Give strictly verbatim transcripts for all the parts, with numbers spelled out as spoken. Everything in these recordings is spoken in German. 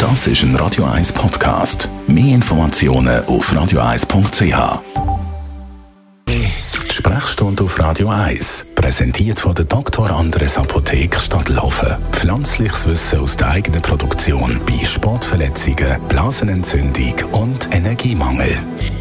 Das ist ein Radio eins Podcast. Mehr Informationen auf radio eins punkt c h. Die Sprechstunde auf Radio eins, präsentiert von der Doktor Andres Apotheke Stadtlaufen. Pflanzliches Wissen aus der eigenen Produktion bei Sportverletzungen, Blasenentzündung und Energiemangel.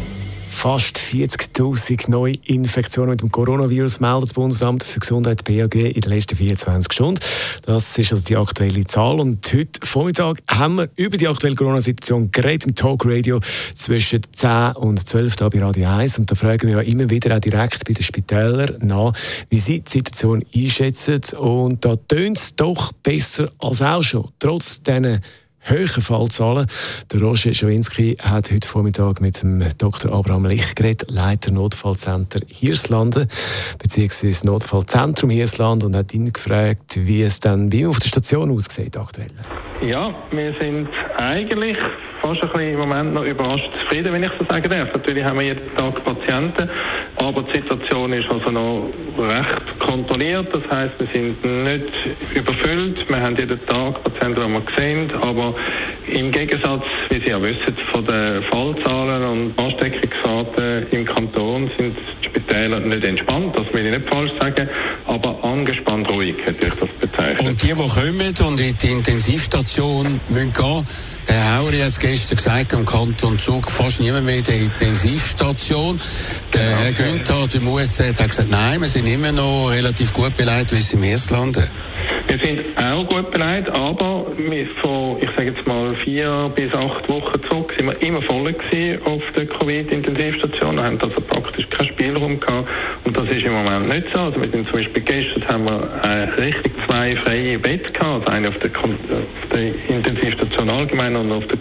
Fast vierzigtausend neue Infektionen mit dem Coronavirus meldet das Bundesamt für Gesundheit B A G in den letzten vierundzwanzig Stunden. Das ist also die aktuelle Zahl. Und heute Vormittag haben wir über die aktuelle Corona-Situation geredet im Talk Radio zwischen zehn und zwölf da bei Radio eins. Und da fragen wir ja immer wieder auch direkt bei den Spitälern nach, wie sie die Situation einschätzen. Und da tönt es doch besser als auch schon, trotz diesen hohen Fallzahlen. Der Roger Schawinski hat heute Vormittag mit dem Doktor Abraham Licht geredet, Leiter Notfallcenter Hirslanden, beziehungsweise Notfallzentrum Hirslanden, und hat ihn gefragt, wie es dann bei ihm auf der Station aussieht aktuell. Ja, wir sind eigentlich fast ein bisschen im Moment noch überrascht zufrieden, wenn ich so sagen darf. Natürlich haben wir jeden Tag Patienten, aber die Situation ist also noch recht kontrolliert. Das heisst, wir sind nicht überfüllt. Wir haben jeden Tag Patienten, die wir sehen, aber im Gegensatz, wie Sie ja wissen, von den Fallzahlen und Ansteckungsraten im Kanton sind die Spitäler nicht entspannt. Das will ich nicht falsch sagen, aber angespannt ruhig, hätte ich das bezeichnet. Und die, die kommen und in die Intensivstation müssen gehen, der Herr Hauri hat es gestern gesagt, im Kanton Zug fast niemand mehr in der Intensivstation. Der genau. Herr Günther, der U S Z, hat gesagt, nein, wir sind immer noch relativ gut beleidigt, wie sie im Hirslanden. Wir sind auch gut beleidigt, aber von, ich sage jetzt mal, vier bis acht Wochen zurück sind wir immer voll gewesen auf der Covid-Intensivstation. Wir haben also praktisch keinen Spielraum gehabt und das ist im Moment nicht so. Also wir sind zum Beispiel gestern haben wir äh, richtig zwei freie Betten gehabt, also eine auf der, auf der Intensivstation allgemein und auf der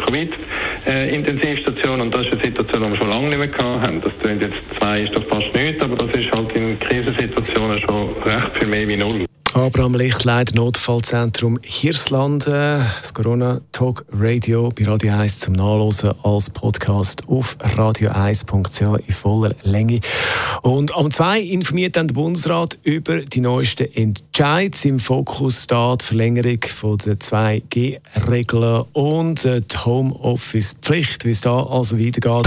Covid-Intensivstation, und das ist eine Situation, die wir schon lange nicht mehr gehabt haben. Das sind jetzt zwei, ist doch fast nichts, aber das ist halt in Krisensituationen schon recht viel mehr wie null. Abraham Licht, Leiter Notfallzentrum Hirslanden. Das Corona-Talk Radio bei Radio eins zum Nachhören als Podcast auf radio eins punkt c h in voller Länge. Und am zwei informiert dann der Bundesrat über die neuesten Entscheide. Im Fokus da die Verlängerung von der zwei G Regeln und die Homeoffice-Pflicht, wie es da also weitergeht.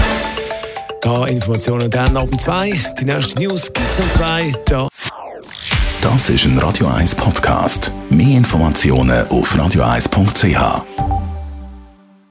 Da Informationen dann ab zwei. Die nächste News gibt es um zwei. Da. Das ist ein Radio eins Podcast. Mehr Informationen auf radio eins punkt c h.